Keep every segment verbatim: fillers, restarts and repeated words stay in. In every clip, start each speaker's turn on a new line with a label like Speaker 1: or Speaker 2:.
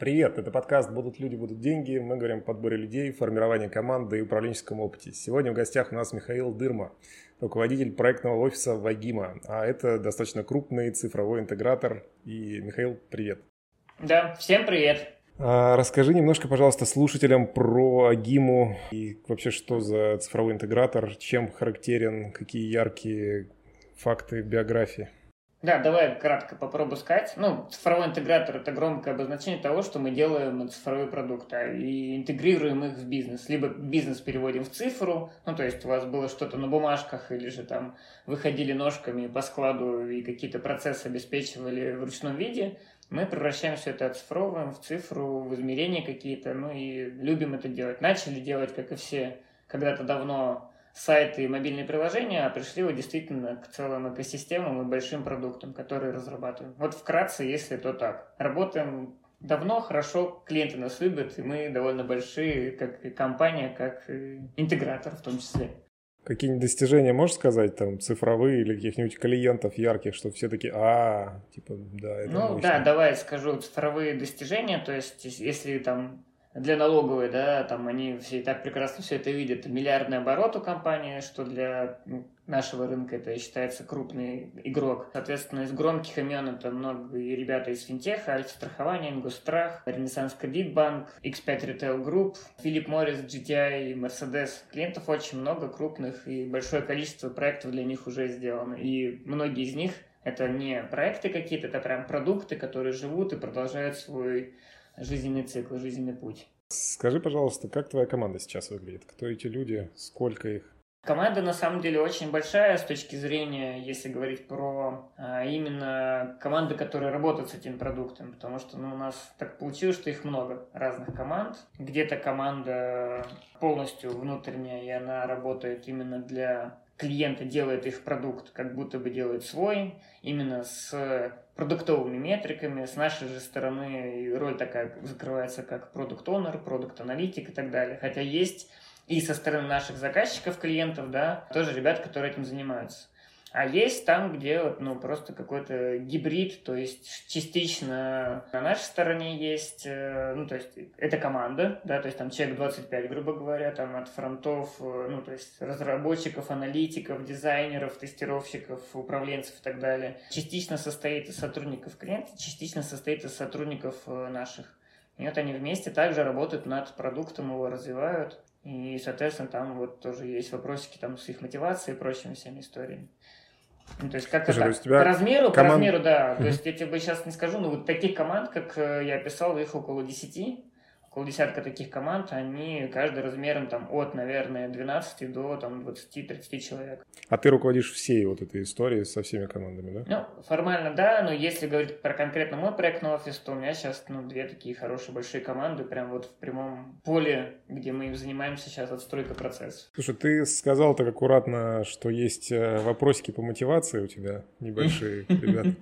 Speaker 1: Привет, это подкаст «Будут люди, будут деньги». Мы говорим о подборе людей, формировании команды и управленческом опыте. Сегодня в гостях у нас Михаил Дырма, руководитель проектного офиса Вагима. А это достаточно крупный цифровой интегратор. И, Михаил, привет.
Speaker 2: Да, всем привет.
Speaker 1: А, расскажи немножко, пожалуйста, слушателям про Агиму и вообще, что за цифровой интегратор, чем характерен, какие яркие факты биографии.
Speaker 2: Да, давай кратко попробую сказать. Ну, цифровой интегратор – это громкое обозначение того, что мы делаем цифровые продукты и интегрируем их в бизнес. Либо бизнес переводим в цифру, ну, то есть у вас было что-то на бумажках или же там вы ходили ножками по складу и какие-то процессы обеспечивали в ручном виде. Мы превращаем все это, оцифровываем в цифру, в измерения какие-то, ну и любим это делать. Начали делать, как и все, когда-то давно сайты и мобильные приложения, а пришли вот действительно к целым экосистемам и большим продуктам, которые разрабатываем. Вот вкратце, если то так. Работаем давно, хорошо, клиенты нас любят, и мы довольно большие, как и компания, как и интегратор в том числе.
Speaker 1: Какие-нибудь достижения можешь сказать, там, цифровые или каких-нибудь клиентов ярких, что все таки а типа, да, это
Speaker 2: Ну
Speaker 1: мощно.
Speaker 2: да, давай скажу цифровые достижения, то есть если там для налоговой, да, там они все и так прекрасно все это видят. Миллиардный оборот у компании, что для нашего рынка это считается крупный игрок. Соответственно, из громких имен это много и ребята из финтеха, Альфа-страхование, Ингосстрах, Ренессанс Кредитбанк, икс пять Retail Group, Philip Morris, джи ти ай, Mercedes. Клиентов очень много, крупных, и большое количество проектов для них уже сделано. И многие из них это не проекты какие-то, это прям продукты, которые живут и продолжают свой жизненный цикл, жизненный путь.
Speaker 1: Скажи, пожалуйста, как твоя команда сейчас выглядит? Кто эти люди? Сколько их?
Speaker 2: Команда на самом деле очень большая с точки зрения, если говорить про а, именно команды, которые работают с этим продуктом, потому что ну, у нас так получилось, что их много разных команд. Где-то команда полностью внутренняя, и она работает именно для клиента, делает их продукт, как будто бы делает свой, именно с продуктовыми метриками. С нашей же стороны роль такая закрывается как продукт-онер, продукт-аналитик и так далее. Хотя есть и со стороны наших заказчиков, клиентов, да, тоже ребят, которые этим занимаются. А есть там, где вот, ну, просто какой-то гибрид, то есть частично на нашей стороне есть, ну, то есть это команда, да, то есть там человек двадцать пять, грубо говоря, там от фронтов, ну, то есть разработчиков, аналитиков, дизайнеров, тестировщиков, управленцев и так далее. Частично состоит из сотрудников клиента, частично состоит из сотрудников наших. И вот они вместе также работают над продуктом, его развивают. И, соответственно, там вот тоже есть вопросики там с их мотивацией и прочими всеми историями. Ну, то есть как-то так. По размеру, команд... по размеру, да. То есть я тебе сейчас не скажу, но вот таких команд, как я описал, их около десяти. Около десятка таких команд, они каждый размером там от, наверное, двенадцати до там двадцати-тридцати человек.
Speaker 1: А ты руководишь всей вот этой историей со всеми командами, да?
Speaker 2: Ну, формально, да, но если говорить про конкретно мой проектный офис, то у меня сейчас, ну, две такие хорошие большие команды, прям вот в прямом поле, где мы занимаемся сейчас отстройкой процесса.
Speaker 1: Слушай, ты сказал так аккуратно, что есть вопросики по мотивации у тебя небольшие, ребята.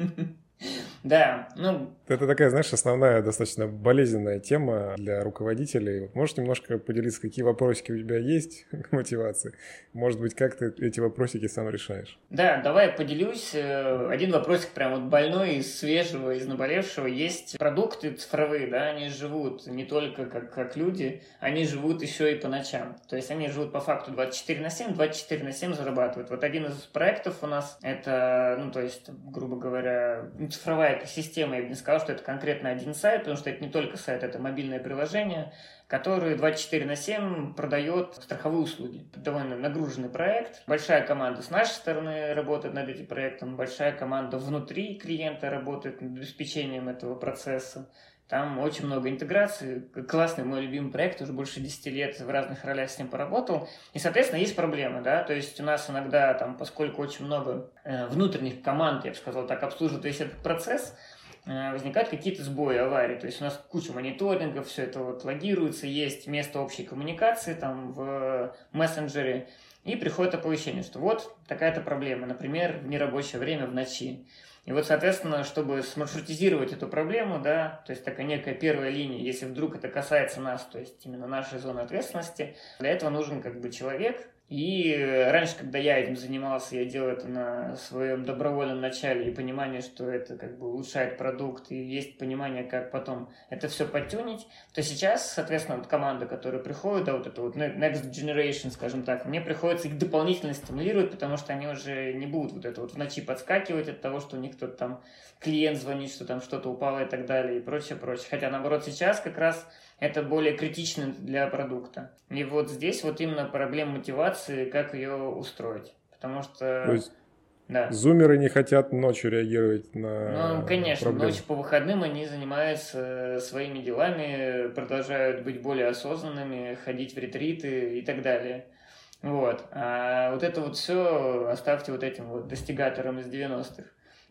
Speaker 2: Да, ну...
Speaker 1: Это такая, знаешь, основная достаточно болезненная тема для руководителей. Вот можешь немножко поделиться, какие вопросики у тебя есть к мотивации? Может быть, как ты эти вопросики сам решаешь?
Speaker 2: Да, давай я поделюсь. Один вопросик прям вот больной, из свежего, из наболевшего. Есть продукты цифровые, да, они живут не только как, как люди, они живут еще и по ночам. То есть они живут по факту двадцать четыре на семь, двадцать четыре на семь зарабатывают. Вот один из проектов у нас, это, ну, то есть, грубо говоря, цифровая экосистема. Я бы не сказал, что это конкретно один сайт, потому что это не только сайт, это мобильное приложение, который двадцать четыре на семь продает страховые услуги. Это довольно нагруженный проект. Большая команда с нашей стороны работает над этим проектом, большая команда внутри клиента работает над обеспечением этого процесса. Там очень много интеграции. Классный мой любимый проект, уже больше десяти лет в разных ролях с ним поработал. И, соответственно, есть проблемы, да, то есть у нас иногда, там, поскольку очень много э, внутренних команд, я бы сказал так, обслуживает весь этот процесс, э, возникают какие-то сбои, аварии. То есть у нас куча мониторингов, все это вот логируется, есть место общей коммуникации там в мессенджере, и приходит оповещение, что вот такая-то проблема, например, в нерабочее время в ночи. И вот, соответственно, чтобы смаршрутизировать эту проблему, да, то есть такая некая первая линия, если вдруг это касается нас, то есть именно нашей зоны ответственности, для этого нужен как бы человек, И раньше, когда я этим занимался, я делал это на своем добровольном начале и понимание, что это как бы улучшает продукт, и есть понимание, как потом это все подтюнить, то сейчас, соответственно, вот команда, которая приходит, да, вот это вот Next Generation, скажем так, мне приходится их дополнительно стимулировать, потому что они уже не будут вот это вот в ночи подскакивать от того, что у них кто-то там клиент звонит, что там что-то упало и так далее, и прочее, прочее. Хотя, наоборот, сейчас как раз это более критично для продукта. И вот здесь вот именно проблема мотивации, как ее устроить. Потому что...
Speaker 1: То есть
Speaker 2: да.
Speaker 1: зумеры не хотят ночью реагировать на
Speaker 2: Ну, конечно,
Speaker 1: проблемы.
Speaker 2: ночью по выходным они занимаются своими делами, продолжают быть более осознанными, ходить в ретриты и так далее. Вот. А вот это вот все оставьте вот этим вот достигаторам из девяностых.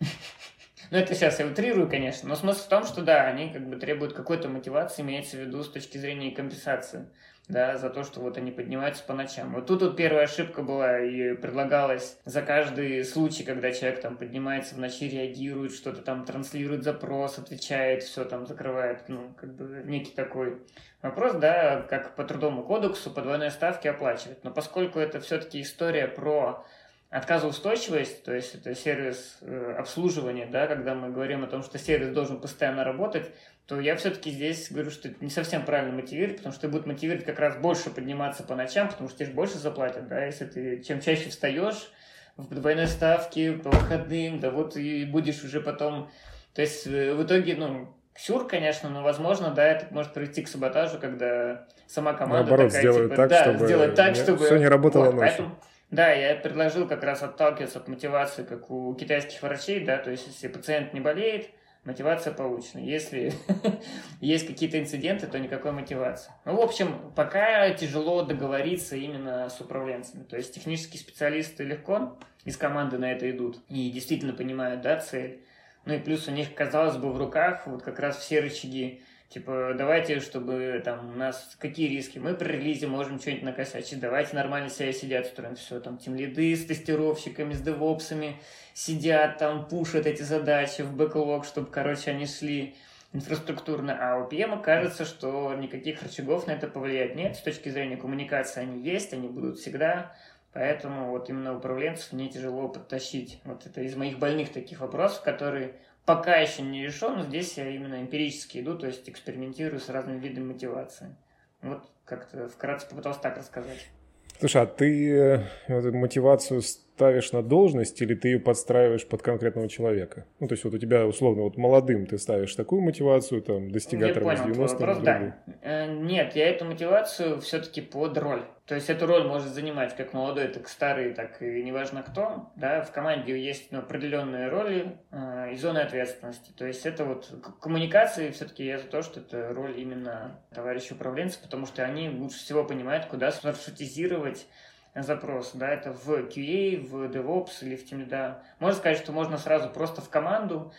Speaker 2: Ну, это сейчас я утрирую, конечно, но смысл в том, что да, они как бы требуют какой-то мотивации, имеется в виду с точки зрения компенсации, да, за то, что вот они поднимаются по ночам. Вот тут вот первая ошибка была, и предлагалось за каждый случай, когда человек там поднимается в ночи, реагирует, что-то там транслирует запрос, отвечает, все там закрывает, ну, как бы некий такой вопрос, да, как по Трудовому кодексу по двойной ставке оплачивать. Но поскольку это все-таки история про отказоустойчивость, то есть это сервис э, обслуживания, да, когда мы говорим о том, что сервис должен постоянно работать, то я все-таки здесь говорю, что это не совсем правильно мотивирует, потому что ты будет мотивировать как раз больше подниматься по ночам, потому что тебе же больше заплатят, да, если ты чем чаще встаешь в двойной ставке, по выходным, да вот и будешь уже потом, то есть э, в итоге, ну, сюр, конечно, но, возможно, да, это может привести к саботажу, когда сама команда
Speaker 1: наоборот,
Speaker 2: такая,
Speaker 1: сделают
Speaker 2: типа,
Speaker 1: так,
Speaker 2: да,
Speaker 1: чтобы
Speaker 2: сделать так,
Speaker 1: не,
Speaker 2: чтобы...
Speaker 1: все не работало
Speaker 2: вот,
Speaker 1: ночью.
Speaker 2: Поэтому... Да, я предложил как раз отталкиваться от мотивации, как у китайских врачей, да, то есть если пациент не болеет, мотивация получена. Если есть какие-то инциденты, то никакой мотивации. Ну, в общем, пока тяжело договориться именно с управленцами. То есть технические специалисты легко из команды на это идут и действительно понимают, да, цель. Ну и плюс у них, казалось бы, в руках вот как раз все рычаги. Типа, давайте, чтобы там у нас какие риски? Мы при релизе можем что-нибудь накосячить. Давайте нормально себя сидят, строим все. Там тимлиды с тестировщиками, с девопсами сидят, там пушат эти задачи в бэклог, чтобы, короче, они шли инфраструктурно. А у пи эм кажется, что никаких рычагов на это повлиять нет. С точки зрения коммуникации они есть, они будут всегда. Поэтому вот именно управленцев мне тяжело подтащить. Вот это из моих больных таких вопросов, которые... Пока еще не решен, но здесь я именно эмпирически иду, то есть экспериментирую с разными видами мотивации. Вот как-то вкратце попытался так рассказать.
Speaker 1: Слушай, а ты эту мотивацию ставишь на должность или ты ее подстраиваешь под конкретного человека? Ну, то есть вот у тебя, условно, вот молодым ты ставишь такую мотивацию, там, достигатором из девяностых.
Speaker 2: Вопрос, да. Нет, я эту мотивацию все-таки под роль. То есть эту роль может занимать как молодой, так и старый, так и неважно кто. Да? В команде есть, ну, определенные роли э, и зоны ответственности. То есть это вот коммуникации, все-таки я за то, что это роль именно товарища управленца, потому что они лучше всего понимают, куда маршрутизировать запрос, да, это в кью эй, в DevOps или в TeamLead. Можно сказать, что можно сразу просто в команду,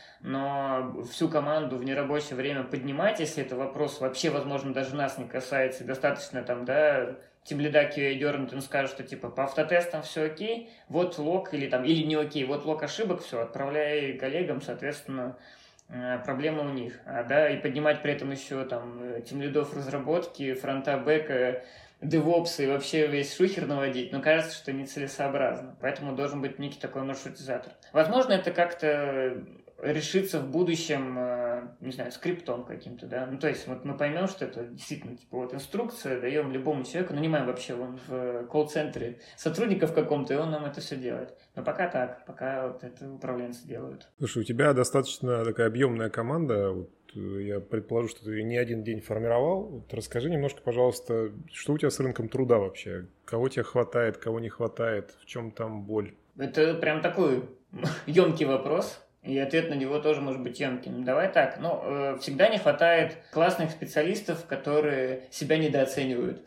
Speaker 2: но всю команду в нерабочее время поднимать, если это вопрос вообще, возможно, даже нас не касается, и достаточно там, да, TeamLead кью эй дернуть, он скажет, что типа по автотестам все окей, вот лог или там, или не окей, вот лог ошибок, все, отправляй коллегам, соответственно, проблема у них, а, да, и поднимать при этом еще там тимлидов разработки, фронта, бэка, девопсы и вообще весь шухер наводить, но кажется, что нецелесообразно. Поэтому должен быть некий такой маршрутизатор. Возможно, это как-то решится в будущем, не знаю, скриптом каким-то, да. Ну, то есть, вот мы поймем, что это действительно, типа, вот инструкция, даем любому человеку, нанимаем вообще вон в колл-центре сотрудников каком-то, и он нам это все делает. Но пока так, пока вот это управленцы делают.
Speaker 1: Слушай, у тебя достаточно такая объемная команда, вот я предположу, что ты не один день формировал. Вот расскажи немножко, пожалуйста, что у тебя с рынком труда вообще? Кого тебе хватает, кого не хватает, в чем там боль?
Speaker 2: Это прям такой емкий вопрос. И ответ на него тоже может быть емким. Давай так, ну, э, всегда не хватает классных специалистов, которые себя недооценивают.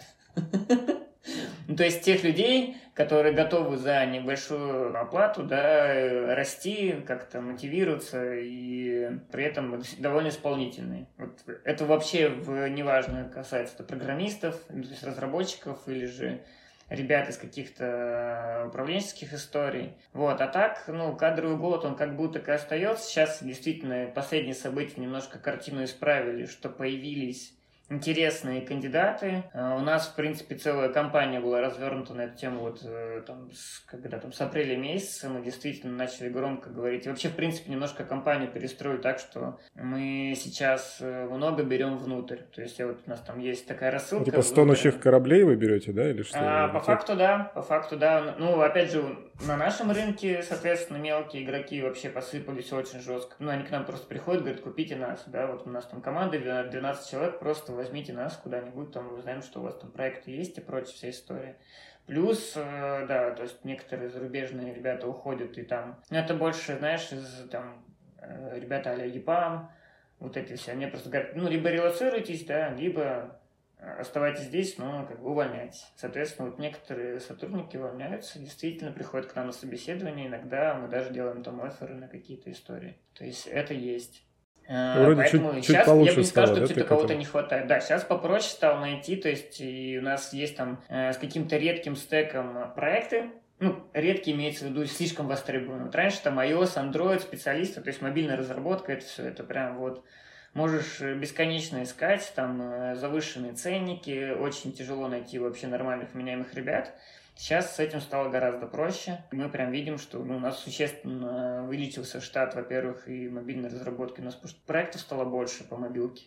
Speaker 2: Ну, то есть тех людей, которые готовы за небольшую оплату, да, расти, как-то мотивироваться и при этом довольно исполнительные. Вот это вообще в, неважно, касается это программистов, то есть разработчиков или же ребят из каких-то управленческих историй. Вот. А так, ну, кадровый голод, он как будто и остается. Сейчас действительно последние события немножко картину исправили, что появились интересные кандидаты. У нас, в принципе, целая кампания была развернута на эту тему вот там, с, когда там с апреля месяца мы действительно начали громко говорить. И вообще, в принципе, немножко компанию перестроили так, что мы сейчас много берем внутрь. То есть вот у нас там есть такая рассылка.
Speaker 1: Типа стонущих кораблей вы берете, да, или что?
Speaker 2: А, по факту, да, по факту, да. Ну, опять же, на нашем рынке, соответственно, мелкие игроки вообще посыпались очень жестко. Ну, они к нам просто приходят, говорят, купите нас, да, вот у нас там команда двенадцать человек, просто возьмите нас куда-нибудь, там мы узнаем, что у вас там проекты есть и прочая вся история. Плюс, э, да, то есть некоторые зарубежные ребята уходят и там, ну, это больше, знаешь, из там э, ребята а-ля ЕПАМ, вот эти все, они просто говорят, ну, либо релоцируйтесь, да, либо оставайтесь здесь, но как бы увольняйтесь. Соответственно, вот некоторые сотрудники увольняются, действительно приходят к нам на собеседование, иногда мы даже делаем там офферы на какие-то истории. То есть это есть.
Speaker 1: Вроде
Speaker 2: Поэтому
Speaker 1: чуть,
Speaker 2: сейчас
Speaker 1: чуть
Speaker 2: я бы не сказал,
Speaker 1: стало,
Speaker 2: что
Speaker 1: да,
Speaker 2: где-то кого-то не хватает. Да, сейчас попроще стало найти, то есть и у нас есть там э, с каким-то редким стеком проекты, ну, редкий имеется в виду слишком востребованный. Вот раньше там iOS, Android, специалисты, то есть мобильная разработка, это все, это прям вот можешь бесконечно искать, там завышенные ценники, очень тяжело найти вообще нормальных вменяемых ребят. Сейчас с этим стало гораздо проще. Мы прям видим, что ну, у нас существенно увеличился штат, во-первых, и мобильной разработки. У нас проектов стало больше по мобилке.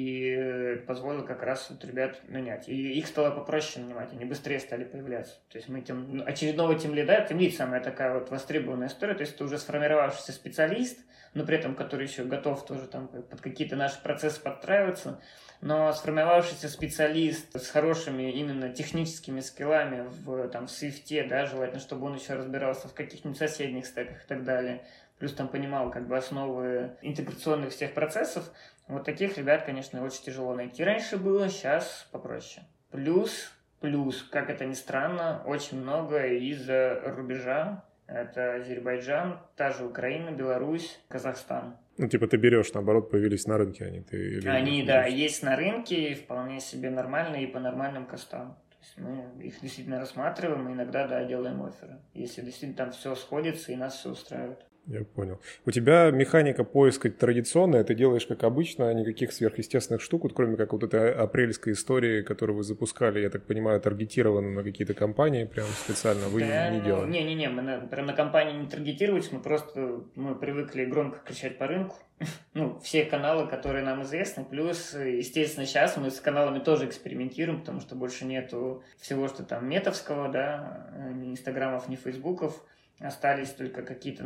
Speaker 2: И позволило как раз вот ребят нанять. И их стало попроще нанимать, они быстрее стали появляться. То есть мы тем, очередного тимлида, тимлид самая такая вот востребованная история, то есть это уже сформировавшийся специалист, но при этом который еще готов тоже там под какие-то наши процессы подстраиваться. Но сформировавшийся специалист с хорошими именно техническими скиллами в, там, в Swift, да, желательно, чтобы он еще разбирался в каких-нибудь соседних стеках и так далее, плюс там понимал как бы основы интеграционных всех процессов, вот таких ребят, конечно, очень тяжело найти. Раньше было, сейчас попроще. Плюс, плюс, как это ни странно, очень много из-за рубежа. Это Азербайджан, та же Украина, Беларусь, Казахстан.
Speaker 1: Ну, типа ты берешь, наоборот, появились на рынке они. Ты, или
Speaker 2: они, да, есть на рынке, и вполне себе нормальные и по нормальным костам. То есть мы их действительно рассматриваем, и иногда, да, делаем офферы. Если действительно там все сходится и нас все устраивает.
Speaker 1: Я понял. У тебя механика поиска традиционная, ты делаешь как обычно, никаких сверхъестественных штук, вот кроме как вот этой апрельской истории, которую вы запускали, я так понимаю, таргетированы на какие-то компании прям специально, вы
Speaker 2: да,
Speaker 1: не
Speaker 2: ну,
Speaker 1: делаете?
Speaker 2: Не-не-не, мы на, прям на компании не таргетировались, мы просто мы привыкли громко кричать по рынку. Ну, все каналы, которые нам известны, плюс, естественно, сейчас мы с каналами тоже экспериментируем, потому что больше нету всего, что там метовского, да, ни инстаграмов, ни фейсбуков. Остались только какие-то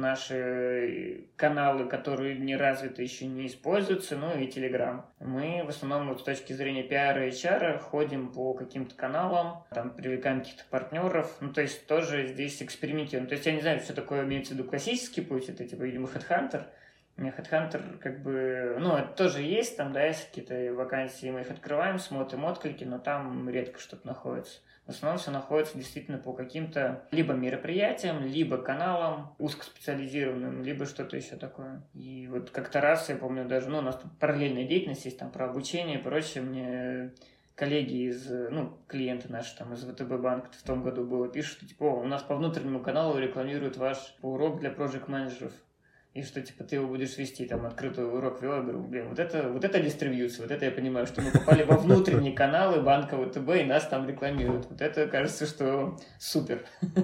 Speaker 2: наши каналы, которые не развиты, еще не используются, ну и Телеграм. Мы в основном вот с точки зрения пиара и эйч ар ходим по каким-то каналам, там привлекаем каких-то партнеров, ну то есть тоже здесь экспериментируем. То есть я не знаю, что такое имеется в виду классический путь, это типа, видимо, HeadHunter. HeadHunter как бы, ну это тоже есть, там, да, есть какие-то вакансии, мы их открываем, смотрим отклики, но там редко что-то находится. В основном все находится действительно по каким-то либо мероприятиям, либо каналам узкоспециализированным, либо что-то еще такое. И вот как-то раз, я помню, даже, ну, у нас там параллельная деятельность есть, там, про обучение и прочее, мне коллеги из, ну, клиенты наши там из ВТБ банка в том году было, пишут, что, типа, о, у нас по внутреннему каналу рекламируют ваш урок для проект-менеджеров. И что, типа, ты его будешь вести, там, открытый урок вел, я говорю, блин, вот это, вот это дистрибьюция, вот это я понимаю, что мы попали во внутренние каналы банка ВТБ, и нас там рекламируют. Вот это, кажется, что супер.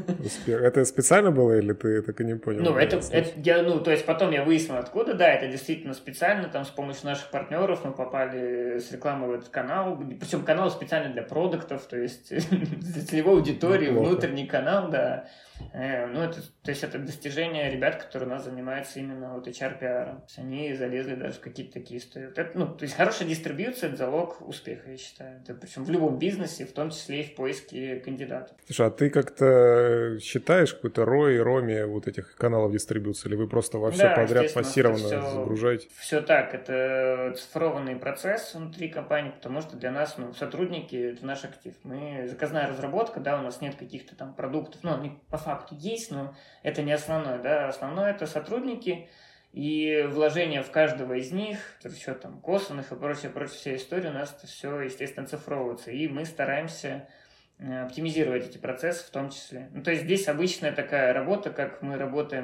Speaker 1: Это специально было, или ты так и не понял?
Speaker 2: Ну, это, это я, ну, то есть потом я выяснил, откуда, да, это действительно специально, там, с помощью наших партнеров мы попали с рекламой в этот канал, причем канал специально для продуктов, то есть для целевой аудитории, ну, внутренний канал, да. Ну, это, то есть это достижение ребят, которые у нас занимаются именно вот эйч ар-пиаром. То есть они залезли даже в какие-то такие истории. Вот это, ну, то есть хорошая дистрибьюция – это залог успеха, я считаю. Это, причем в любом бизнесе, в том числе и в поиске кандидатов.
Speaker 1: Слушай, а ты как-то считаешь какой-то рой, роме вот этих каналов дистрибьюции? Или вы просто во все да, подряд массированно все, загружаете?
Speaker 2: Все так. Это цифрованный процесс внутри компании, потому что для нас ну, сотрудники – это наш актив. Мы заказная разработка, да, у нас нет каких-то там продуктов, ну, они по факту есть, но это не основное, да, основное это сотрудники и вложение в каждого из них, еще там косвенных и прочее, прочее, вся история у нас это все, естественно, цифровывается, и мы стараемся оптимизировать эти процессы в том числе. Ну, то есть здесь обычная такая работа, как мы работаем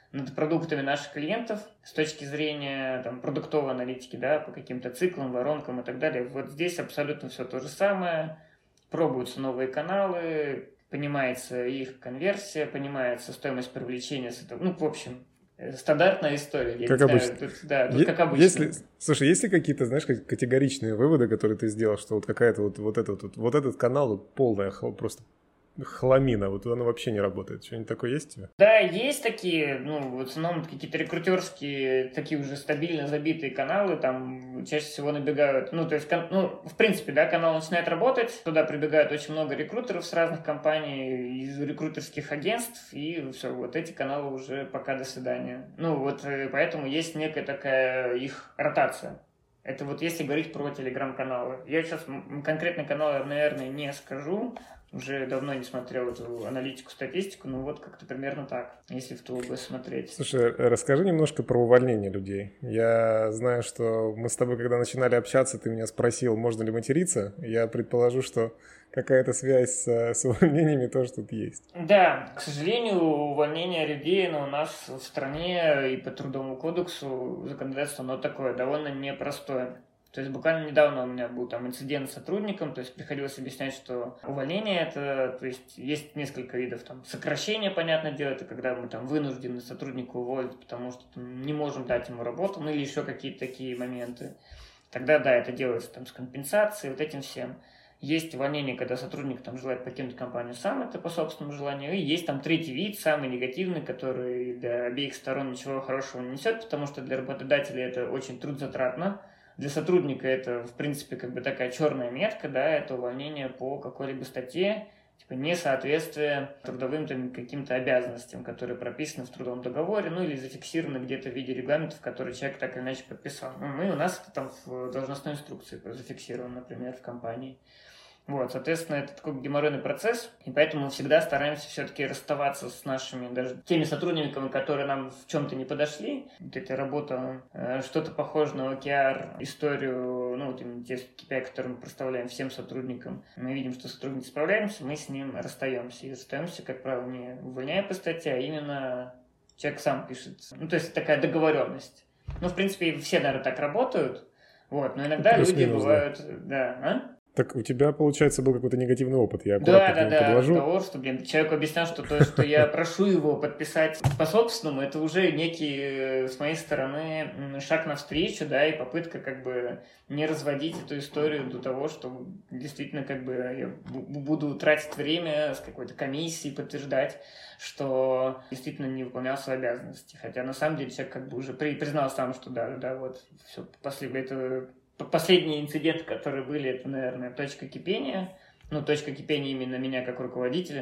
Speaker 2: над продуктами наших клиентов с точки зрения там, продуктовой аналитики, да, по каким-то циклам, воронкам и так далее. Вот здесь абсолютно все то же самое. Пробуются новые каналы, понимается их конверсия, понимается стоимость привлечения с этого. Ну, в общем, стандартная история. Я
Speaker 1: как
Speaker 2: не
Speaker 1: обычно.
Speaker 2: Знаю, тут, да, тут
Speaker 1: Е-
Speaker 2: как обычно.
Speaker 1: Если, слушай, есть ли какие-то, знаешь, категоричные выводы, которые ты сделал, что вот какая-то вот, вот, этот, вот, вот этот канал вот полная просто хламина, вот оно вообще не работает. Что-нибудь такое есть у тебя?
Speaker 2: Да, есть такие, ну, в основном какие-то рекрутерские, такие уже стабильно забитые каналы, там чаще всего набегают, ну, то есть, ну, в принципе, да, канал начинает работать, туда прибегают очень много рекрутеров с разных компаний, из рекрутерских агентств, и все, вот эти каналы уже пока до свидания. Ну, вот поэтому есть некая такая их ротация. Это вот если говорить про телеграм-каналы. Я сейчас конкретный канал, наверное, не скажу, уже давно не смотрел эту аналитику, статистику, но вот как-то примерно так, если в ТУБ смотреть.
Speaker 1: Слушай, расскажи немножко про увольнение людей. Я знаю, что мы с тобой, когда начинали общаться, ты меня спросил, можно ли материться. Я предположу, что какая-то связь с, с увольнениями тоже тут есть.
Speaker 2: Да, к сожалению, увольнение людей, но у нас в стране и по Трудовому кодексу законодательство, оно такое довольно непростое. То есть буквально недавно у меня был там инцидент с сотрудником, то есть приходилось объяснять, что увольнение это, то есть есть несколько видов там сокращения, понятное дело, это когда мы там вынуждены сотрудника уволить, потому что там, не можем дать ему работу, ну или еще какие-то такие моменты. Тогда да, это делается там с компенсацией, вот этим всем. Есть увольнение, когда сотрудник там желает покинуть компанию сам, это по собственному желанию, и есть там третий вид, самый негативный, который для обеих сторон ничего хорошего не несет, потому что для работодателя это очень трудозатратно. Для сотрудника это, в принципе, как бы такая черная метка, да, это увольнение по какой-либо статье, типа несоответствие трудовым там, каким-то обязанностям, которые прописаны в трудовом договоре, ну или зафиксированы где-то в виде регламентов, которые человек так или иначе подписал. Ну, мы, у нас это там в должностной инструкции зафиксировано, например, в компании. Вот, соответственно, это такой геморройный процесс, и поэтому мы всегда стараемся все-таки расставаться с нашими, даже теми сотрудниками, которые нам в чем-то не подошли. Вот эта работа, э, что-то похоже на о ке ар, историю, ну, вот именно те кей пи ай, которые мы проставляем всем сотрудникам. Мы видим, что сотрудник не справляемся, мы с ним расстаемся. И расстаемся, как правило, не увольняя по статье, а именно человек сам пишет. Ну, то есть такая договоренность. Ну, в принципе, все, наверное, так работают, вот, но иногда люди бывают, да, а?
Speaker 1: Так у тебя, получается, был какой-то негативный опыт, я аккуратно
Speaker 2: да,
Speaker 1: да,
Speaker 2: да,
Speaker 1: подвожу.
Speaker 2: Да, разговор, что, блин, человеку объяснял, что то, что я прошу его подписать по собственному, это уже некий, с моей стороны, шаг навстречу, да, и попытка как бы не разводить эту историю до того, что действительно как бы я буду тратить время с какой-то комиссией подтверждать, что действительно не выполнял свои обязанности. Хотя на самом деле человек как бы уже признал сам, что да, да, вот, все, последнее, это... Последние инциденты, которые были, это, наверное, точка кипения. Ну, точка кипения именно меня как руководителя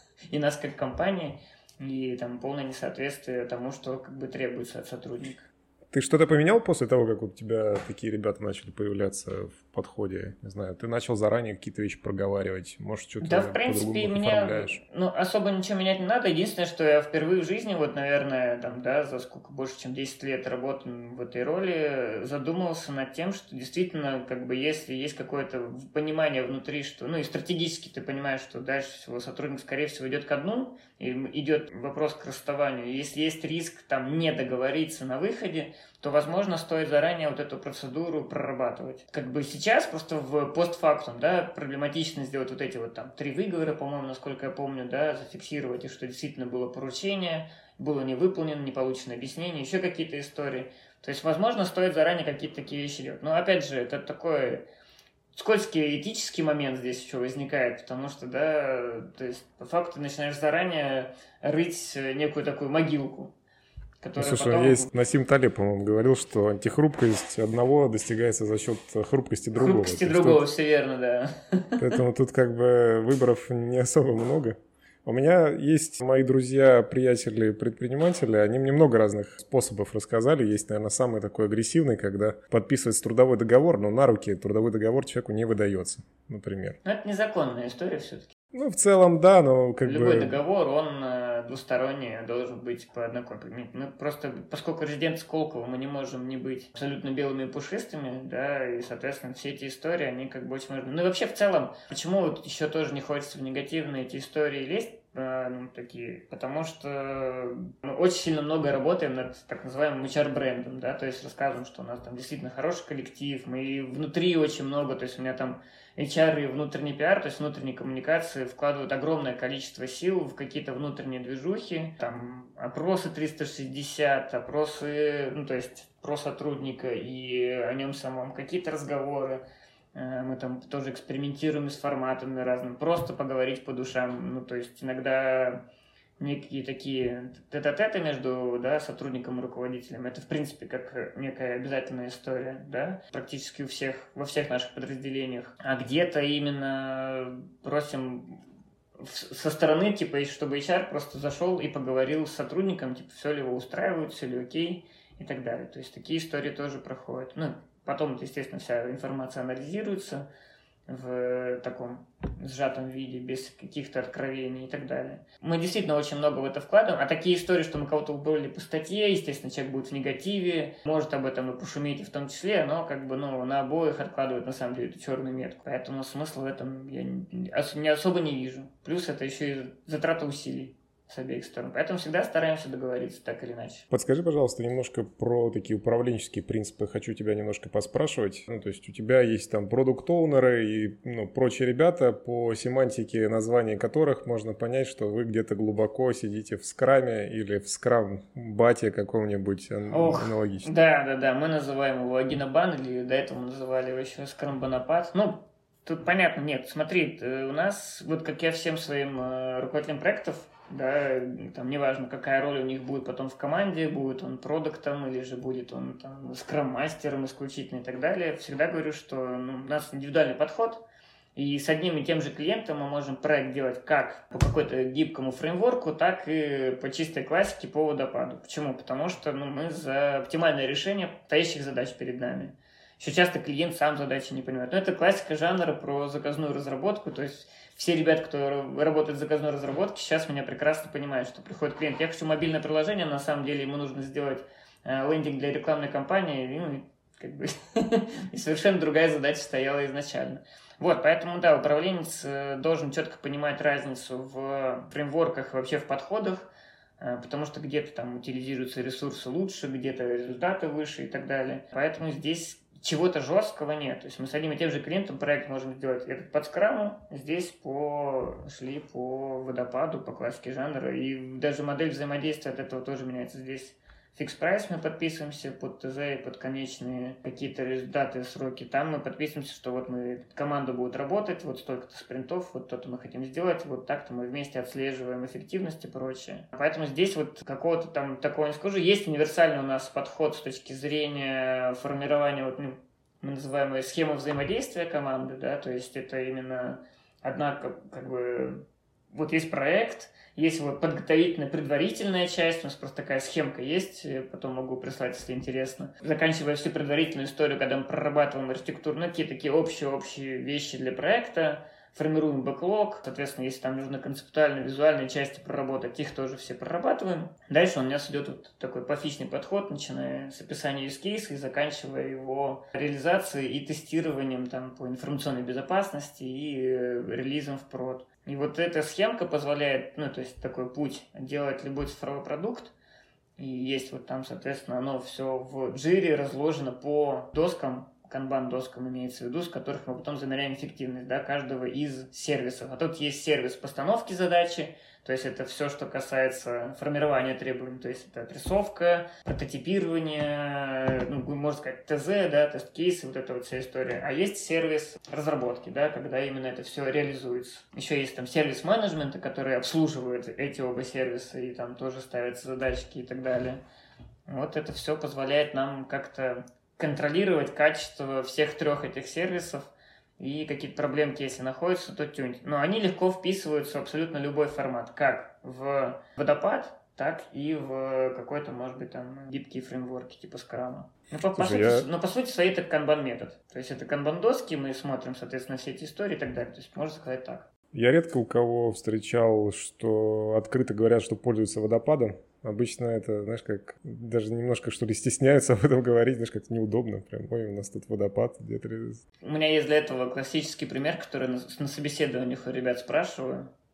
Speaker 2: и нас как компании. И там полное несоответствие тому, что как бы требуется от сотрудника.
Speaker 1: Ты что-то поменял после того, как у тебя такие ребята начали появляться в подходе? Не знаю, ты начал заранее какие-то вещи проговаривать, может, что-то
Speaker 2: да, в принципе, меня ну, особо ничего менять не надо. Единственное, что я впервые в жизни, вот, наверное, там, да, за сколько, больше, чем десять лет работы в этой роли, задумался над тем, что действительно, как бы, если есть какое-то понимание внутри, что, ну, и стратегически ты понимаешь, что дальше всего сотрудник, скорее всего, идет ко дну, и идет вопрос к расставанию. Если есть риск, там, не договориться на выходе, то, возможно, стоит заранее вот эту процедуру прорабатывать. Как бы сейчас просто в постфактум, да, проблематично сделать вот эти вот там три выговора, по-моему, насколько я помню, да, зафиксировать, и что действительно было поручение, было не выполнено, не получено объяснение, еще какие-то истории. То есть, возможно, стоит заранее какие-то такие вещи делать. Но, опять же, это такой скользкий этический момент здесь еще возникает, потому что, да, то есть, по факту ты начинаешь заранее рыть некую такую могилку.
Speaker 1: Ну, слушай, потом... есть Насим Талеб, по-моему, говорил, что антихрупкость одного достигается за счет хрупкости другого.
Speaker 2: Хрупкости другого, все верно, да.
Speaker 1: Поэтому тут как бы выборов не особо много. У меня есть мои друзья, приятели, предприниматели, они мне много разных способов рассказали. Есть, наверное, самый такой агрессивный, когда подписывается трудовой договор, но на руки трудовой договор человеку не выдается, например.
Speaker 2: Но это незаконная история все-таки.
Speaker 1: Ну, в целом, да, но как
Speaker 2: Любой
Speaker 1: бы...
Speaker 2: договор, он э, двусторонний, должен быть по одной копии. Мы просто, поскольку резидент Сколково, мы не можем не быть абсолютно белыми и пушистыми, да, и, соответственно, все эти истории, они как бы очень важны. Ну и вообще, в целом, почему вот еще тоже не хочется в негативные эти истории лезть? ну, такие, потому что мы очень сильно много работаем над так называемым эйч ар-брендом, да, то есть рассказываем, что у нас там действительно хороший коллектив, мы внутри очень много, то есть у меня там эйч ар и внутренний пиар, то есть внутренние коммуникации вкладывают огромное количество сил в какие-то внутренние движухи, там опросы триста шестьдесят, опросы, ну, то есть про сотрудника и о нем самом, какие-то разговоры. Мы там тоже экспериментируем с форматами разными, просто поговорить по душам. Ну, то есть иногда некие такие тет-а-теты между, да, сотрудником и руководителем. Это, в принципе, как некая обязательная история, да, практически у всех, во всех наших подразделениях. А где-то именно просим со стороны, типа, чтобы эйч ар просто зашел и поговорил с сотрудником, типа, все ли его устраивает, все ли окей и так далее. То есть такие истории тоже проходят. Ну, потом, естественно, вся информация анализируется в таком сжатом виде, без каких-то откровений и так далее. Мы действительно очень много в это вкладываем, а такие истории, что мы кого-то убрали по статье, естественно, человек будет в негативе, может об этом и пошуметь и в том числе, но как бы, ну, на обоих откладывает на самом деле эту черную метку. Поэтому смысла в этом я не особо не вижу. Плюс это еще и затрата усилий с обеих сторон. Поэтому всегда стараемся договориться так или иначе.
Speaker 1: Подскажи, пожалуйста, немножко про такие управленческие принципы. Хочу тебя немножко поспрашивать. Ну, то есть у тебя есть там продукт-оунеры и, ну, прочие ребята, по семантике названий которых можно понять, что вы где-то глубоко сидите в скраме или в скрам-бате каком-нибудь аналогичном.
Speaker 2: Да, да, да. Мы называем его Агинобан, или до этого мы называли его еще скрам-бонапат. Ну, тут понятно, нет. Смотри, у нас, вот как я всем своим руководителям проектов, да, там неважно, какая роль у них будет потом в команде, будет он продуктом или же будет он там скрам-мастером исключительно и так далее, всегда говорю, что, ну, у нас индивидуальный подход, и с одним и тем же клиентом мы можем проект делать как по какой-то гибкому фреймворку, так и по чистой классике по водопаду. Почему? Потому что, ну, мы за оптимальное решение стоящих задач перед нами. Еще часто клиент сам задачи не понимает. Но это классика жанра про заказную разработку, то есть все ребята, кто работает в заказной разработке, сейчас меня прекрасно понимают, что приходит клиент, я хочу мобильное приложение, на самом деле ему нужно сделать лендинг для рекламной кампании, ну, как бы, и совершенно другая задача стояла изначально. Вот, поэтому, да, управленец должен четко понимать разницу в фреймворках и вообще в подходах, потому что где-то там утилизируются ресурсы лучше, где-то результаты выше и так далее. Поэтому здесь чего-то жесткого нет. То есть мы с одним и тем же клиентом проект можем сделать этот под скраму, здесь по шли по водопаду, по классике жанра. И даже модель взаимодействия от этого тоже меняется. Здесь фикс-прайс мы подписываемся под ТЗ и под конечные какие-то результаты, сроки. Там мы подписываемся, что вот мы, команда будет работать, вот столько-то спринтов, вот то-то мы хотим сделать, вот так-то мы вместе отслеживаем эффективность и прочее. Поэтому здесь вот какого-то там такого не скажу. Есть универсальный у нас подход с точки зрения формирования, вот, ну, мы называем ее схема взаимодействия команды, да, то есть это именно одна, как, как бы, вот есть проект, есть вот подготовительная, предварительная часть, у нас просто такая схемка есть, потом могу прислать, если интересно. Заканчивая всю предварительную историю, когда мы прорабатываем архитектуру, ну, какие такие общие-общие вещи для проекта, формируем бэклог, соответственно, если там нужно концептуальные, визуальные части проработать, их тоже все прорабатываем. Дальше у нас идет вот такой пофичный подход, начиная с описания use case и заканчивая его реализацией и тестированием там по информационной безопасности и релизом в прод. И вот эта схемка позволяет, ну, то есть такой путь делать любой цифровой продукт. И есть вот там, соответственно, оно все в джире разложено по доскам, канбан-доскам имеется в виду, с которых мы потом замеряем эффективность, да, каждого из сервисов. А тут есть сервис постановки задачи, то есть это все, что касается формирования требований, то есть это отрисовка, прототипирование, ну, можно сказать, ТЗ, да, тест-кейсы, вот эта вот вся история. А есть сервис разработки, да, когда именно это все реализуется. Еще есть там сервис менеджмента, который обслуживает эти оба сервиса и там тоже ставятся задачки и так далее. Вот это все позволяет нам как-то контролировать качество всех трех этих сервисов, и какие-то проблемки, если находятся, то тюнить. Но они легко вписываются в абсолютно любой формат, как в водопад, так и в какой-то, может быть, там гибкие фреймворки типа скрама. Ну, по, по, сути, я... но по сути своей это канбан-метод. То есть это канбан-доски, мы смотрим, соответственно, все эти истории и так далее. То есть можно сказать так.
Speaker 1: Я редко у кого встречал, что открыто говорят, что пользуются водопадом. Обычно это, знаешь, как даже немножко, что ли, стесняются об этом говорить, знаешь, как-то неудобно. Прям, ой, у нас тут водопад где-то.
Speaker 2: У меня есть для этого классический пример, который на, на собеседованиях у ребят спрашиваю.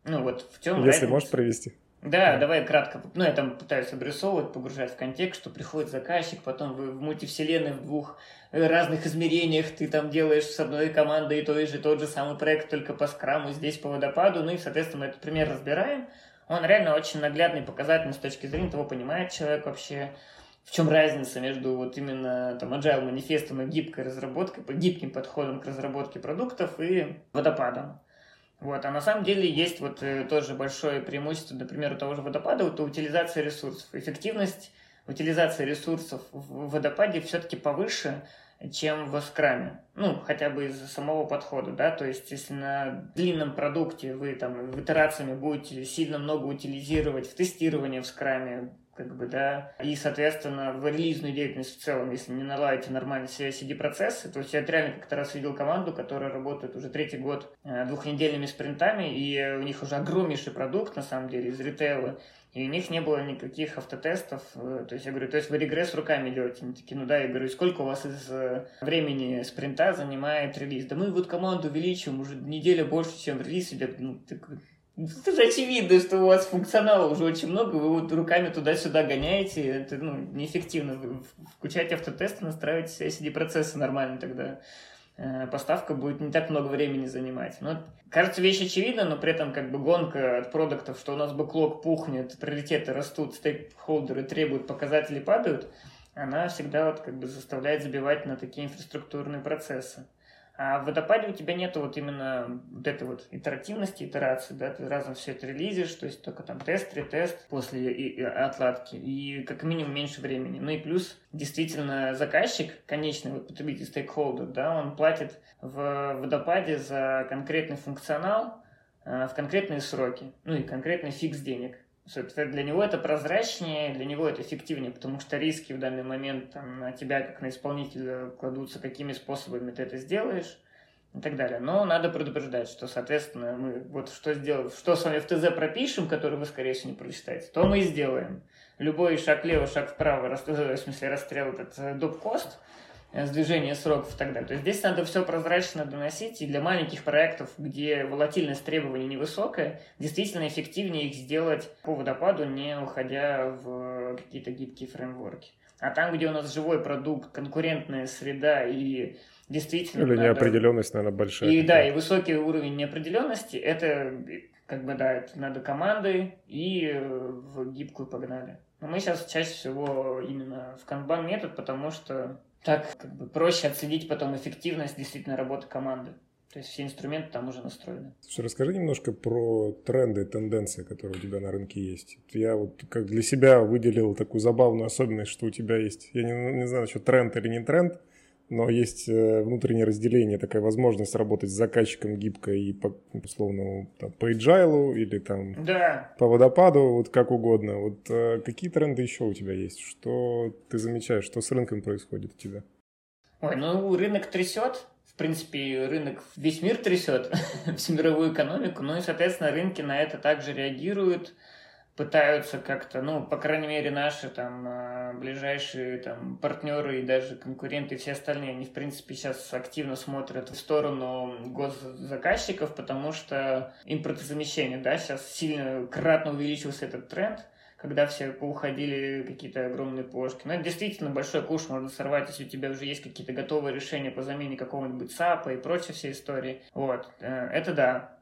Speaker 2: Ну вот в чем
Speaker 1: Если
Speaker 2: разница?
Speaker 1: можешь привести.
Speaker 2: Да, да, давай кратко. Ну, я там пытаюсь обрисовывать, погружать в контекст, что приходит заказчик, потом вы в мультивселенной в двух разных измерениях, ты там делаешь с одной командой той же, тот же самый проект, только по скраму, здесь по водопаду, ну и, соответственно, мы этот пример разбираем. Он реально очень наглядный, показательный с точки зрения того, понимает человек вообще, в чем разница между вот именно там agile манифестом и гибкой разработкой, гибким подходом к разработке продуктов и водопадом. Вот. А на самом деле есть вот э, тоже большое преимущество, например, у того же водопада, это утилизация ресурсов. Эффективность утилизации ресурсов в водопаде все-таки повыше, чем в скраме. Ну, хотя бы из-за самого подхода, да, то есть если на длинном продукте вы там в итерациями будете сильно много утилизировать в тестировании в скраме, как бы, да, и, соответственно, в релизную деятельность в целом, если не наладите нормально си ай си ди-процессы, то есть я реально как-то раз видел команду, которая работает уже третий год э, двухнедельными спринтами, и у них уже огромнейший продукт, на самом деле, из ритейла, и у них не было никаких автотестов, э, то есть я говорю, то есть вы регресс руками делаете, они такие, ну да, я говорю, сколько у вас из э, времени спринта занимает релиз? Да мы вот команду увеличиваем, уже неделя больше, чем релиз идет, ну, такой... Это же очевидно, что у вас функционала уже очень много, вы вот руками туда-сюда гоняете, это ну, неэффективно. Вы включаете автотесты, настраиваете си ай си ди-процессы нормально, тогда э, поставка будет не так много времени занимать. Но, кажется, вещь очевидна, но при этом как бы гонка от продуктов, что у нас бэклог пухнет, приоритеты растут, стейкхолдеры требуют, показатели падают, она всегда вот как бы заставляет забивать на такие инфраструктурные процессы. А в водопаде у тебя нету вот именно вот этой вот итеративности, итерации, да, ты разом все это релизишь, то есть только там тест, ретест после и, и отладки, и как минимум меньше времени. Ну и плюс, действительно, заказчик, конечный вот потребитель, стейкхолдер, да, он платит в водопаде за конкретный функционал э, в конкретные сроки, ну и конкретный фикс денег. Соответственно, для него это прозрачнее, для него это эффективнее, потому что риски в данный момент там, на тебя, как на исполнителя, кладутся, какими способами ты это сделаешь и так далее. Но надо предупреждать, что, соответственно, мы вот что сделаем, что с вами в ТЗ пропишем, который вы, скорее всего, не прочитаете, то мы и сделаем. Любой шаг влево, шаг вправо, в смысле расстрел этот доп-кост, сдвижение сроков и так далее. То есть здесь надо все прозрачно доносить, и для маленьких проектов, где волатильность требований невысокая, действительно эффективнее их сделать по водопаду, не уходя в какие-то гибкие фреймворки. А там, где у нас живой продукт, конкурентная среда и действительно...
Speaker 1: Или надо... неопределенность, наверное, большая.
Speaker 2: И да, и высокий уровень неопределенности, это как бы да, это надо команды и в гибкую погнали. Но мы сейчас чаще всего именно в канбан метод, потому что так как бы проще отследить потом эффективность действительно работы команды. То есть все инструменты там уже настроены.
Speaker 1: Слушай, расскажи немножко про тренды, тенденции, которые у тебя на рынке есть. Я вот как для себя выделил такую забавную особенность, что у тебя есть, я не, не знаю, что тренд или не тренд, но есть внутреннее разделение, такая возможность работать с заказчиком гибко и по, условно, там, по agile или там
Speaker 2: да.
Speaker 1: по водопаду, вот как угодно. Вот э, какие тренды еще у тебя есть? Что ты замечаешь, что с рынком происходит у тебя?
Speaker 2: Ой, ну рынок трясет. В принципе, рынок весь мир трясет, всю мировую экономику, ну и, соответственно, рынки на это также реагируют, пытаются как-то, ну, по крайней мере, наши там ближайшие там партнеры и даже конкуренты и все остальные, они, в принципе, сейчас активно смотрят в сторону госзаказчиков, потому что импортозамещение, да, сейчас сильно кратно увеличился этот тренд, когда все уходили какие-то огромные плошки. Но это действительно большой куш можно сорвать, если у тебя уже есть какие-то готовые решения по замене какого-нибудь сапа и прочей всей истории. Вот, это да,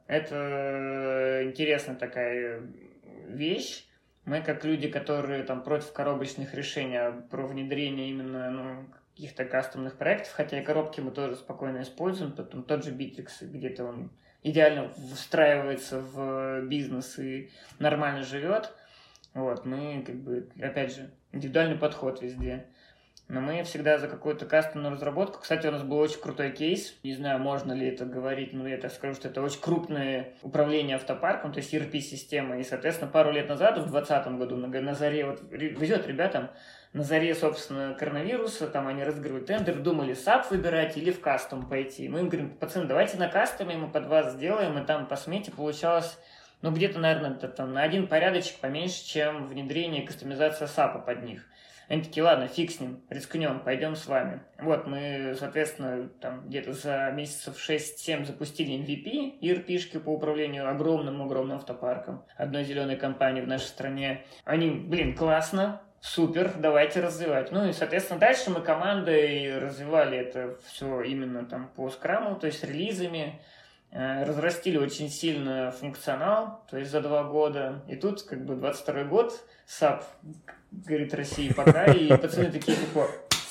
Speaker 2: это интересная такая вещь. Мы, как люди, которые там против коробочных решений, а про внедрение именно ну, каких-то кастомных проектов, хотя и коробки мы тоже спокойно используем, потом тот же Bittrex, где-то он идеально встраивается в бизнес и нормально живет. Вот, мы, как бы, опять же, индивидуальный подход везде. Но мы всегда за какую-то кастомную разработку. Кстати, у нас был очень крутой кейс. Не знаю, можно ли это говорить, но я так скажу, что это очень крупное управление автопарком, то есть и эр пи-система. И, соответственно, пару лет назад, в двадцатом году, на, на заре, вот везет ребятам, на заре, собственно, коронавируса, там они разыгрывают тендер, думали, сап выбирать или в кастом пойти. Мы им говорим, пацаны, давайте на кастоме, мы под вас сделаем, и там по смете получалось... Ну, где-то, наверное, это, там, на один порядочек поменьше, чем внедрение и кастомизация сапа под них. Они такие, ладно, фиг с ним, рискнем, пойдем с вами. Вот, мы, соответственно, там где-то за месяцев шесть-семь запустили эм ви пи, и эр пи-шки по управлению огромным-огромным автопарком одной зеленой компании в нашей стране. Они, блин, классно, супер, давайте развивать. Ну и, соответственно, дальше мы командой развивали это все именно там по скраму, то есть релизами, разрастили очень сильно функционал, то есть за два года. И тут как бы двадцать второй год, сап, говорит России, пока, и пацаны такие, типа,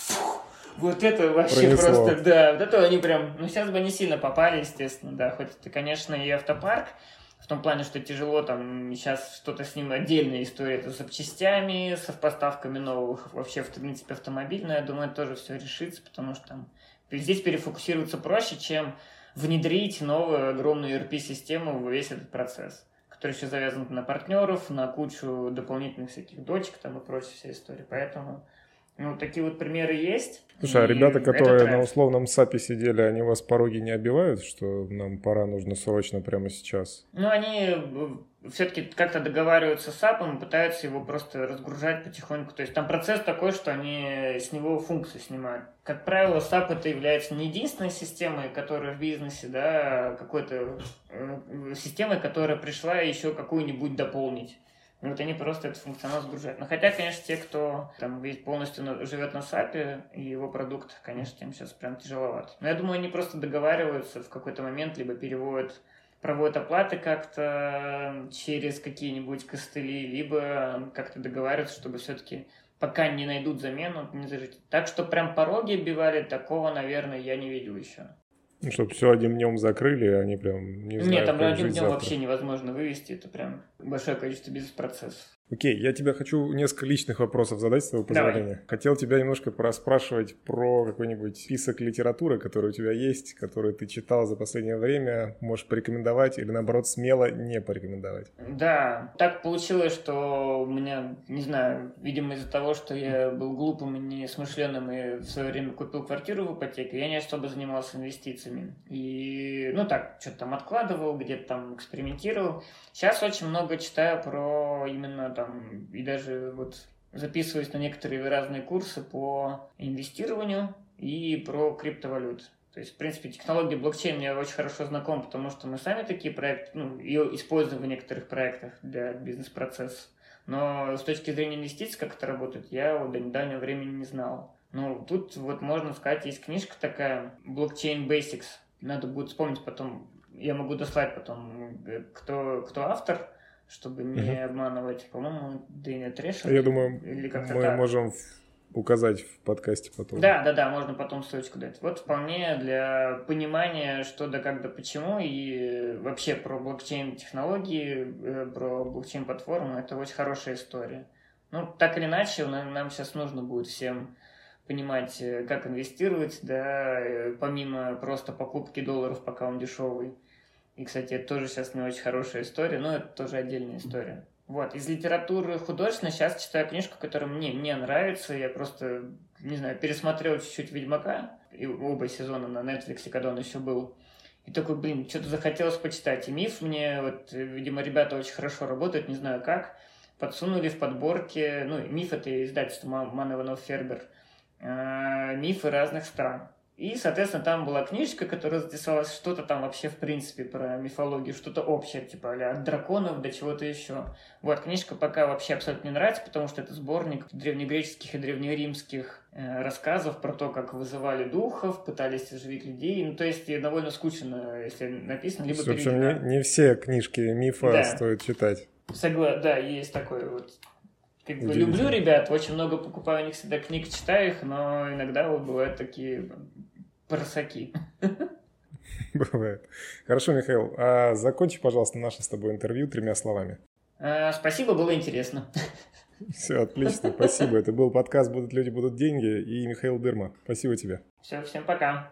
Speaker 2: вот это вообще
Speaker 1: Пронесло.
Speaker 2: Просто, да, вот это они прям, ну сейчас бы не сильно попали, естественно, да, хоть это, конечно, и автопарк, в том плане, что тяжело там сейчас что-то с ним, отдельная история, это с запчастями, со поставками новых, вообще, в принципе, автомобиль, но я думаю, это тоже все решится, потому что там здесь перефокусироваться проще, чем внедрить новую огромную и эр пи-систему в весь этот процесс, который еще завязан на партнеров, на кучу дополнительных всяких дочек там и прочей вся история. Поэтому, ну, такие вот примеры есть.
Speaker 1: Слушай, а ребята, которые на условном сапе сидели, они вас пороги не оббивают, что нам пора, нужно срочно прямо сейчас?
Speaker 2: Ну, они все-таки как-то договариваются с сапом, пытаются его просто разгружать потихоньку. То есть там процесс такой, что они с него функции снимают. Как правило, сап это является не единственной системой, которая в бизнесе, да, а какой-то э, системой, которая пришла еще какую-нибудь дополнить. И вот они просто этот функционал сгружают. Но хотя, конечно, те, кто там ведь полностью на, живет на сапе и его продуктах, конечно, им сейчас прям тяжеловато. Но я думаю, они просто договариваются в какой-то момент, либо переводят, проводят оплаты как-то через какие-нибудь костыли, либо как-то договариваются, чтобы все-таки пока не найдут замену, не зажить. Так что прям пороги оббивали, такого, наверное, я не видел еще.
Speaker 1: Ну, чтобы все одним днем закрыли, они прям не знают,
Speaker 2: Нет, там
Speaker 1: как
Speaker 2: одним
Speaker 1: жить
Speaker 2: днем
Speaker 1: завтра.
Speaker 2: вообще невозможно вывести, это прям большое количество бизнес-процессов.
Speaker 1: Окей, я тебе хочу несколько личных вопросов задать, с твоего позволения.
Speaker 2: Давай.
Speaker 1: Хотел тебя немножко пораспрашивать про какой-нибудь список литературы, который у тебя есть, который ты читал за последнее время, можешь порекомендовать или, наоборот, смело не порекомендовать.
Speaker 2: Да, так получилось, что у меня, не знаю, видимо, из-за того, что я был глупым и несмышленым и в свое время купил квартиру в ипотеке, я не особо занимался инвестициями. И, ну так, что-то там откладывал, где-то там экспериментировал. Сейчас очень много читаю про именно там, и даже вот записываюсь на некоторые разные курсы по инвестированию и про криптовалюты. То есть, в принципе, технология блокчейн мне очень хорошо знакома, потому что мы сами такие проекты, ну, ее используем в некоторых проектах для бизнес-процессов. Но с точки зрения инвестиций, как это работает, я вот до недавнего времени не знал. Ну, тут вот можно сказать, есть книжка такая, Blockchain Basics. Надо будет вспомнить потом, я могу дослать потом, кто, кто автор, чтобы не uh-huh. обманывать. По-моему, Дэниел Трешер.
Speaker 1: Я думаю,
Speaker 2: или как-то
Speaker 1: мы
Speaker 2: так.
Speaker 1: можем указать в подкасте потом.
Speaker 2: Да, да, да, можно потом ссылочку дать. Вот вполне для понимания, что да, как да, почему, и вообще про блокчейн-технологии, про блокчейн-платформу, это очень хорошая история. Ну, так или иначе, нам сейчас нужно будет всем понимать, как инвестировать, да, помимо просто покупки долларов, пока он дешевый. И, кстати, это тоже сейчас не очень хорошая история, но это тоже отдельная история. Вот, из литературы художественной сейчас читаю книжку, которая мне, мне нравится. Я просто, не знаю, пересмотрел чуть-чуть «Ведьмака», и оба сезона на Netflix, когда он еще был. И такой, блин, что-то захотелось почитать. И «Миф» мне, вот, видимо, ребята очень хорошо работают, не знаю как, подсунули в подборке, ну, «Миф» — это издательство Ман Иванов Фербер, «Мифы разных стран». И, соответственно, там была книжка, которая записалась что-то там вообще, в принципе, про мифологию, что-то общее, типа а-ля от драконов до чего-то еще. Вот, книжка пока вообще абсолютно не нравится, потому что это сборник древнегреческих и древнеримских э, рассказов про то, как вызывали духов, пытались оживить людей. Ну, то есть, довольно скучно, если написано, либо
Speaker 1: переведено. В общем, не, не все книжки мифа да. стоит читать.
Speaker 2: Согла... Да, есть такое вот. Как бы люблю ребят, очень много покупаю у них всегда книг, читаю их, но иногда вот бывают такие просаки.
Speaker 1: Бывает. Хорошо, Михаил, а закончи, пожалуйста, наше с тобой интервью тремя словами.
Speaker 2: А, спасибо, было интересно.
Speaker 1: Все, отлично, спасибо. Это был подкаст «Будут люди, будут деньги» и Михаил Дырма. Спасибо тебе.
Speaker 2: Все, всем пока.